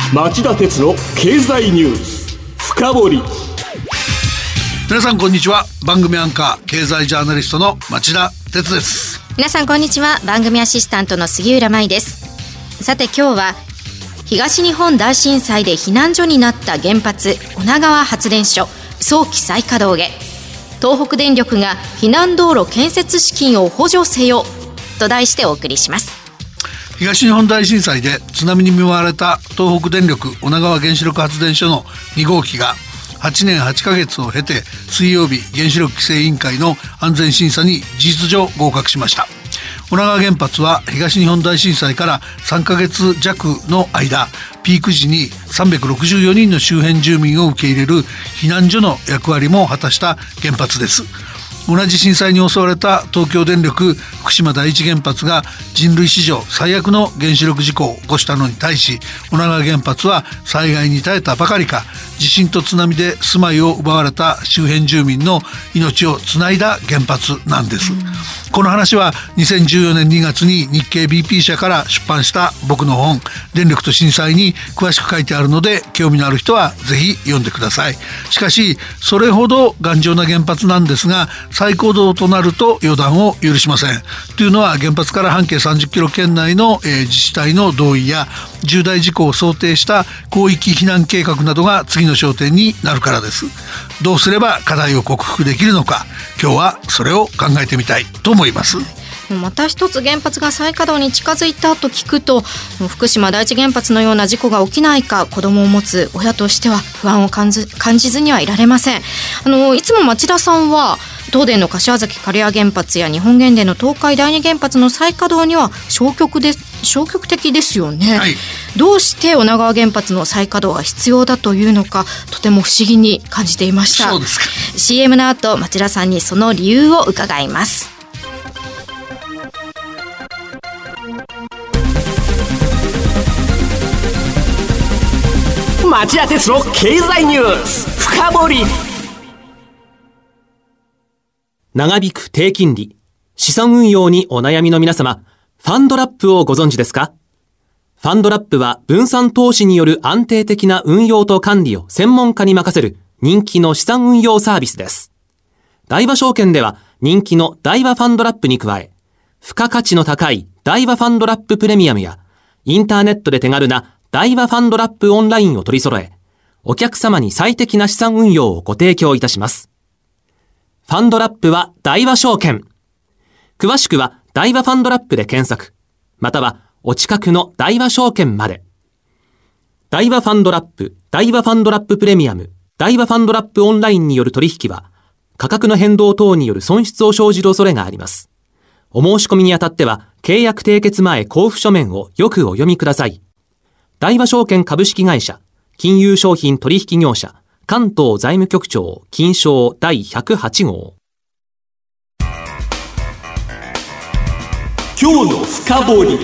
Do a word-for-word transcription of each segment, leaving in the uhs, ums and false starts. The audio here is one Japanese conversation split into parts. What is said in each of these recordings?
町田鉄の経済ニュース深掘り。 皆さんこんにちは。番組アンカー経済ジャーナリストの町田鉄です。 皆さんこんにちは。番組アシスタントの杉浦舞です。さて今日は東日本大震災で避難所になった原発女川発電所早期再稼働へ、東北電力が避難道路建設資金を補助せよと題してお送りします。 東日本大震災で津波に見舞われた東北電力女川原子力発電所のに号機がはちねんはちかげつを経て水曜日、原子力規制委員会の安全審査に事実上合格しました。女川原発は東日本大震災からさんかげつじゃくの間、ピーク時にさんびゃくろくじゅうよにんの周辺住民を受け入れる避難所の役割も果たした原発です。同じ震災に襲われた東京電力福島第一原発が人類史上最悪の原子力事故を起こしたのに対し、女川原発は災害に耐えたばかりか、地震と津波で住まいを奪われた周辺住民の命をつないだ原発なんです。この話はにせんじゅうよねんにがつに日経 ビーピー 社から出版した僕の本電力と震災に詳しく書いてあるので、興味のある人はぜひ読んでください。しかしそれほど頑丈な原発なんですが、再稼働となると予断を許しません。というのは原発から半径さんじゅっキロ圏内の、えー、自治体の同意や重大事故を想定した広域避難計画などが次の焦点になるからです。どうすれば課題を克服できるのか、今日はそれを考えてみたいと思います。 また一つ原発が再稼働に近づいたと聞くと、福島第一原発のような事故が起きないか、子供を持つ親としては不安を感じ、感じずにはいられません。あのいつも町田さんは東電の柏崎刈羽原発や日本原電の東海第二原発の再稼働には消極で消極的ですよね、はい、どうして女川原発の再稼働が必要だというのか、とても不思議に感じていました。 そうですか。 シーエム の後、町田さんにその理由を伺います。 町田鉄の経済ニュース深掘り。 長引く低金利、資産運用にお悩みの皆様、ファンドラップをご存知ですか？ファンドラップは分散投資による安定的な運用と管理を専門家に任せる人気の資産運用サービスです。大和証券では人気の大和ファンドラップに加え、付加価値の高い大和ファンドラッププレミアムやインターネットで手軽な大和ファンドラップオンラインを取り揃え、お客様に最適な資産運用をご提供いたします。ファンドラップは大和証券。詳しくは大和ファンドラップで検索、またはお近くの大和証券まで。大和ファンドラップ、大和ファンドラッププレミアム、大和ファンドラップオンラインによる取引は、価格の変動等による損失を生じる恐れがあります。お申し込みにあたっては、契約締結前交付書面をよくお読みください。大和証券株式会社、金融商品取引業者、関東財務局長金商第ひゃくはち号。 今日の深掘り。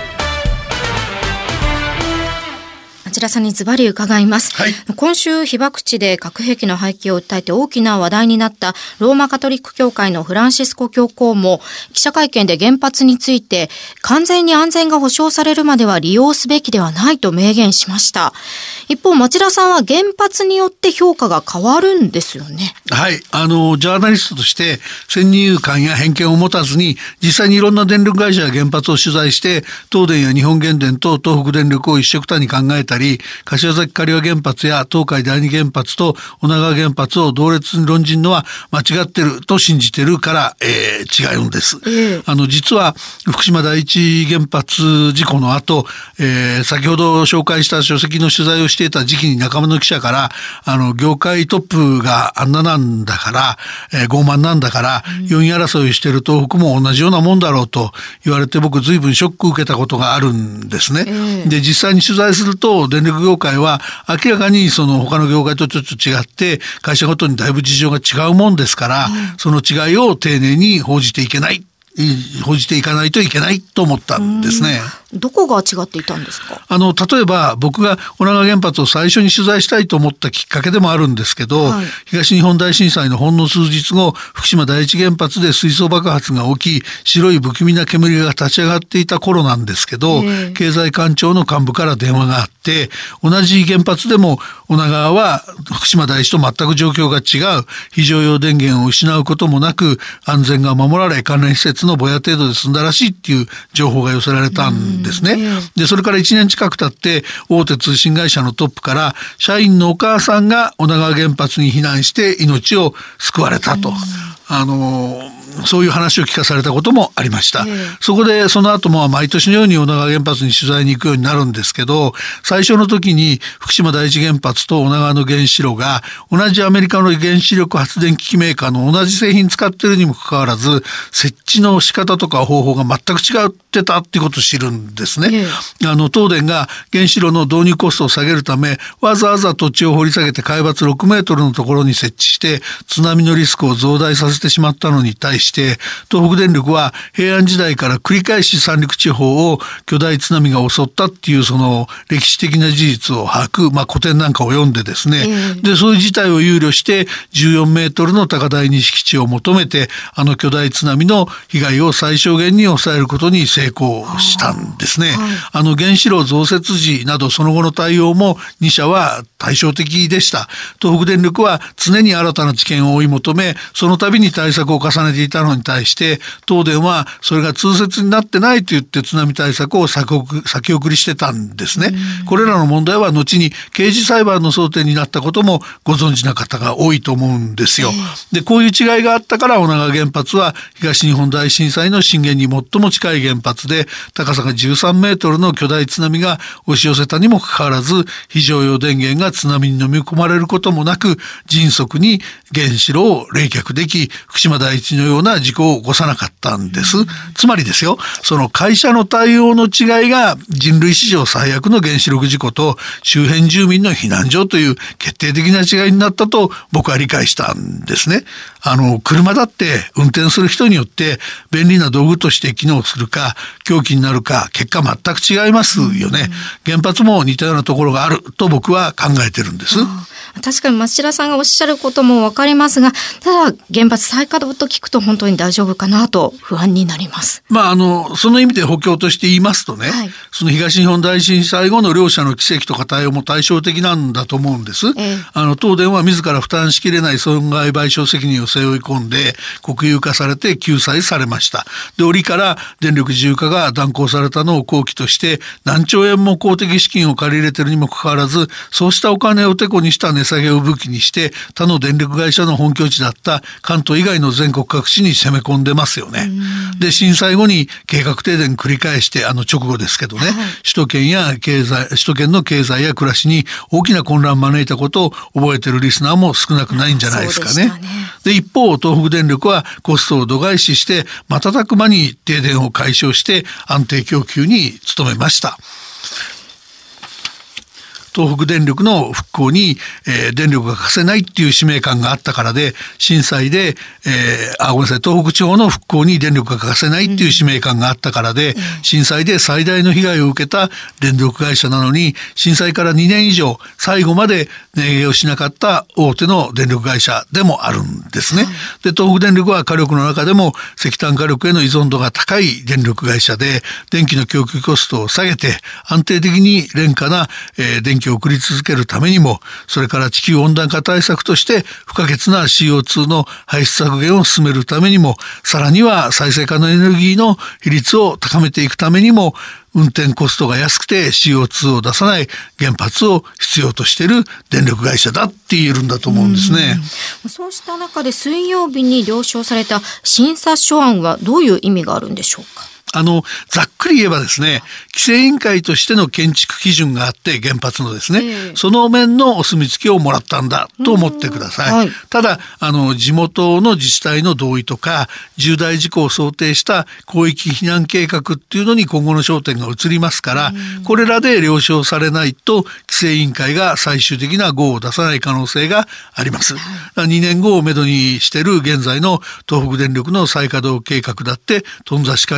町田さんにズバリ伺います、はい、今週被爆地で核兵器の廃棄を訴えて大きな話題になったローマカトリック教会のフランシスコ教皇も記者会見で原発について完全に安全が保証されるまでは利用すべきではないと明言しました。一方町田さんは原発によって評価が変わるんですよね。 はい、あのジャーナリストとして先入観や偏見を持たずに実際にいろんな電力会社や原発を取材して、東電や日本原電と東北電力を一緒くたに考えたり、柏崎刈羽原発や東海第二原発と女川原発を同列に論じるのは間違ってると信じてるから、えー、違うんです、えー、あの実は福島第一原発事故の後、えー、先ほど紹介した書籍の取材をしていた時期に仲間の記者から、あの業界トップがあんななんだから、えー、傲慢なんだから、うん、よんい争いしてる東北も同じようなもんだろうと言われて、僕随分ショック受けたことがあるんですね、えー、で実際に取材すると電力業界は明らかにその他の業界とちょっと違って会社ごとにだいぶ事情が違うもんですから、うん、その違いを丁寧に報じていけない報じていかないといけないと思ったんですね。 どこが違っていたんですか？ あの例えば僕が女川原発を最初に取材したいと思ったきっかけでもあるんですけど、はい、東日本大震災のほんの数日後、福島第一原発で水素爆発が起き、白い不気味な煙が立ち上がっていた頃なんですけど、経済官庁の幹部から電話があって、同じ原発でも女川は福島第一と全く状況が違う、非常用電源を失うこともなく安全が守られ、関連施設のぼや程度で済んだらしいっていう情報が寄せられたんですね。でそれからいちねん近く経って大手通信会社のトップから社員のお母さんが女川原発に避難して命を救われたと、あのそういう話を聞かされたこともありました。そこでその後も毎年のように女川原発に取材に行くようになるんですけど、最初の時に福島第一原発と女川の原子炉が同じアメリカの原子力発電機器メーカーの同じ製品使っているにもかかわらず、設置の仕方とか方法が全く違ってたっていうことを知るんですね。あの東電が原子炉の導入コストを下げるため、わざわざ土地を掘り下げて海抜ろくメートルのところに設置して津波のリスクを増大させてしまったのに対して、東北電力は平安時代から繰り返し三陸地方を巨大津波が襲ったっていうその歴史的な事実を把握、まあ、古典なんかを読んでですね、でそういう事態を憂慮してじゅうよんメートルの高台に敷地を求めて、あの巨大津波の被害を最小限に抑えることに成功したんですね。あの原子炉増設時などその後の対応もに社は対照的でした。東北電力は常に新たな知見を追い求め、その度に対策を重ねていたのに対して東電はそれが通説になってないと言って津波対策を先送先送りしてたんですね。これらの問題は後に刑事裁判の争点になったこともご存知な方が多いと思うんですよ。でこういう違いがあったから女川原発は東日本大震災の震源に最も近い原発で、高さがじゅうさんメートルの巨大津波が押し寄せたにもかかわらず、非常用電源が津波に飲み込まれることもなく迅速に原子炉を冷却でき、福島第一のような事故を起こさなかったんです。つまりですよ、その会社の対応の違いが人類史上最悪の原子力事故と周辺住民の避難所という決定的な違いになったと僕は理解したんですね。あの車だって運転する人によって便利な道具として機能するか凶器になるか、結果全く違いますよね。原発も似たようなところがあると僕は考えてるんです。 確かに町田さんがおっしゃることも分かりますが、ただ原発再稼働と聞くと本当に大丈夫かなと不安になります。 まああのその意味で補強として言いますとね、はい、その東日本大震災後の両者の奇跡とか対応も対照的なんだと思うんです。えー、あの東電は自ら負担しきれない損害賠償責任を背負い込んで国有化されて救済されました。で折から電力自由化が断行されたのを好機として何兆円も公的資金を借り入れてるにもかかわらず、そうしたお金をてこにした値下げを武器にして他の電力会社の本拠地だった関東以外の全国各地に攻め込んでますよね。で震災後に計画停電繰り返して、あの直後ですけどね、はい、首都圏や経済首都圏の経済や暮らしに大きな混乱を招いたことを覚えてるリスナーも少なくないんじゃないですかね。で一方東北電力はコストを度外視して瞬く間に停電を解消して安定供給に努めました。東北電力の復興に、えー、電力が欠かせないっていう使命感があったからで、震災で、えー、あごめんなさい東北地方の復興に電力が欠かせないっていう使命感があったからで、うん、震災で最大の被害を受けた電力会社なのに震災からにねん以上最後まで値上げをしなかった大手の電力会社でもあるんですね。はい、で東北電力は火力の中でも石炭火力への依存度が高い電力会社で、電気の供給コストを下げて安定的に廉価な、えー、電気を送り続けるためにも、それから地球温暖化対策として不可欠な シーオーツー の排出削減を進めるためにも、さらには再生可能エネルギーの比率を高めていくためにも、運転コストが安くて シーオーツー を出さない原発を必要としている電力会社だって言えるんだと思うんですね。 うそうした中で水曜日に了承された審査書案はどういう意味があるんでしょうか。 あのざっくり言えばですね、規制委員会としての建築基準があって原発のですね、えー、その面のお墨付きをもらったんだと思ってください。はい、ただあの地元の自治体の同意とか重大事故を想定した広域避難計画っていうのに今後の焦点が移りますから、これらで了承されないと規制委員会が最終的な号を出さない可能性があります。はい、にねんごをめどにしている現在の東北電力の再稼働計画だって頓挫しかねない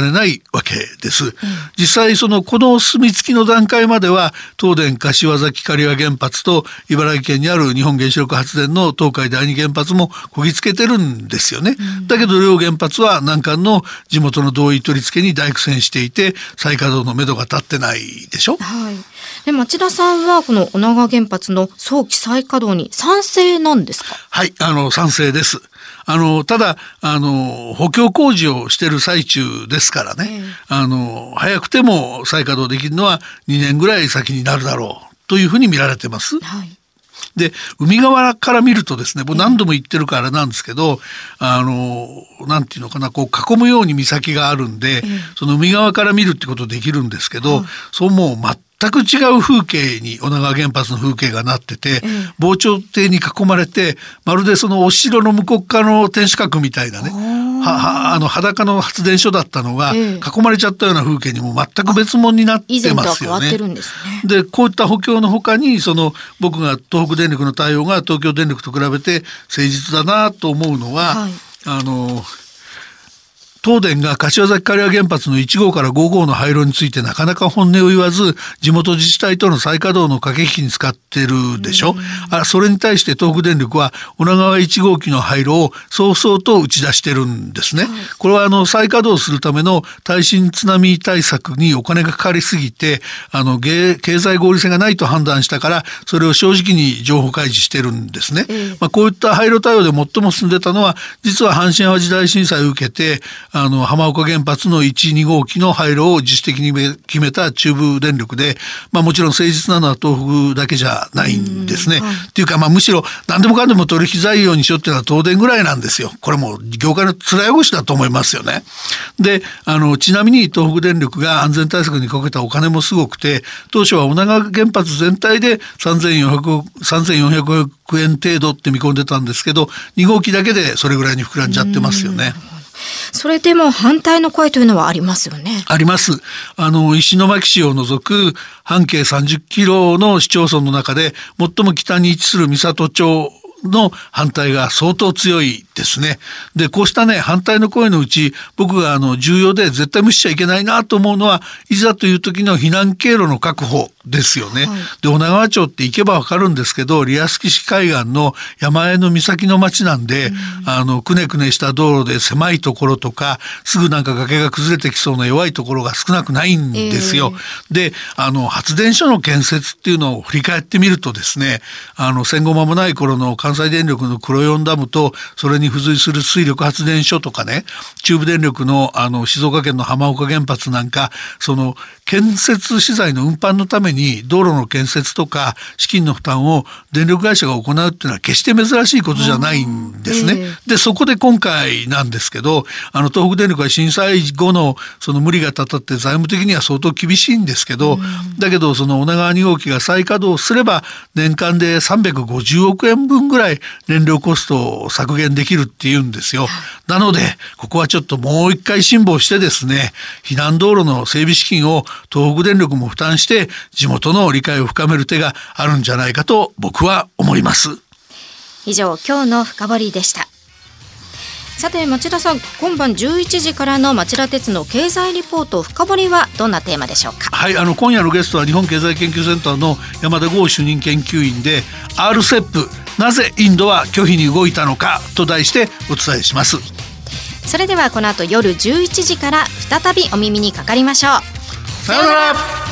わけです、うん、実際そのこの住み付きの段階までは東電柏崎刈羽原発と茨城県にある日本原子力発電の東海第二原発もこぎつけてるんですよね、うん、だけど両原発は難関の地元の同意取り付けに大苦戦していて再稼働のめどが立ってないでしょ、 はい、で町田さんはこの女川原発の早期再稼働に賛成なんですか？ はい、あの賛成です。あのただあの補強工事をしている最中ですからね、うん、あの早くても再稼働できるのはにねんぐらい先になるだろうというふうに見られてます、はい、で海側から見るとですね、僕何度も言ってるからなんですけど、うん、あのなんていうのかな、こう囲むように岬があるんで、うん、その海側から見るってことできるんですけど、うん、そうもう全く違う風景に女川原発の風景がなってて、うん、防潮堤に囲まれてまるでそのお城の向こう側の天守閣みたいなね、ははあの裸の発電所だったのが囲まれちゃったような風景にも全く別物になってますよね。以前とは変わってるんですね。でこういった補強の他にその僕が東北電力の対応が東京電力と比べて誠実だなと思うのは、はい、あの東電が柏崎刈羽原発のいち号からご号の廃炉についてなかなか本音を言わず地元自治体との再稼働の駆け引きに使ってるでしょ。あそれに対して東北電力は女川いち号機の廃炉を早々と打ち出してるんですね、はい、これはあの再稼働するための耐震津波対策にお金がかかりすぎてあの経済合理性がないと判断したからそれを正直に情報開示してるんですね、うんまあ、こういった廃炉対応で最も進んでたのは実は阪神淡路大震災を受けてあの浜岡原発のいち、に号機の廃炉を自主的に決めた中部電力で、まあ、もちろん誠実なのは東北だけじゃないんですね。っていうか、まあ、むしろ何でもかんでも取引材料にしようっていうのは東電ぐらいなんですよ。これも業界の面汚しだと思いますよね。であのちなみに東北電力が安全対策にかけたお金もすごくて当初は女川原発全体でさんぜんよんひゃく、さんぜんよんひゃくおくえん程度って見込んでたんですけどに号機だけでそれぐらいに膨らんじゃってますよね。 それでも反対の声というのはありますよね。 あります。あの石巻市を除く半径さんじゅっキロの市町村の中で最も北に位置する三郷町の反対が相当強いですね。でこうしたね反対の声のうち僕があの重要で絶対無視しちゃいけないなと思うのはいざという時の避難経路の確保ですよね、はい、で女川町って行けばわかるんですけどリアス式海岸の山あいの岬の町なんで、うん、あのくねくねした道路で狭いところとかすぐなんか崖が崩れてきそうな弱いところが少なくないんですよ、えー、であの発電所の建設っていうのを振り返ってみるとですねあの戦後間もない頃の関西電力の黒四ダムとそれに付随する水力発電所とかね中部電力のあの静岡県の浜岡原発なんかその建設資材の運搬のために道路の建設とか資金の負担を電力会社が行うっていうのは決して珍しいことじゃないんですね、えー、でそこで今回なんですけどあの東北電力は震災後のその無理がたたって財務的には相当厳しいんですけど、うん、だけどその女川に号機が再稼働すれば年間でさんびゃくごじゅうおくえんぶんぐらい燃料コストを削減できるっていうんですよ。なのでここはちょっともう一回辛抱してですね避難道路の整備資金を東北電力も負担して地元の理解を深める手があるんじゃないかと僕は思います。 以上今日の深掘りでした。さて町田さん今晩じゅういちじからの町田鉄の経済リポート深掘りはどんなテーマでしょうか。 はい、あの今夜のゲストは日本経済研究センターの山田剛主任研究員で アールセップ なぜインドは拒否に動いたのかと題してお伝えします。 それではこの後夜じゅういちじから再びお耳にかかりましょう。 さようなら。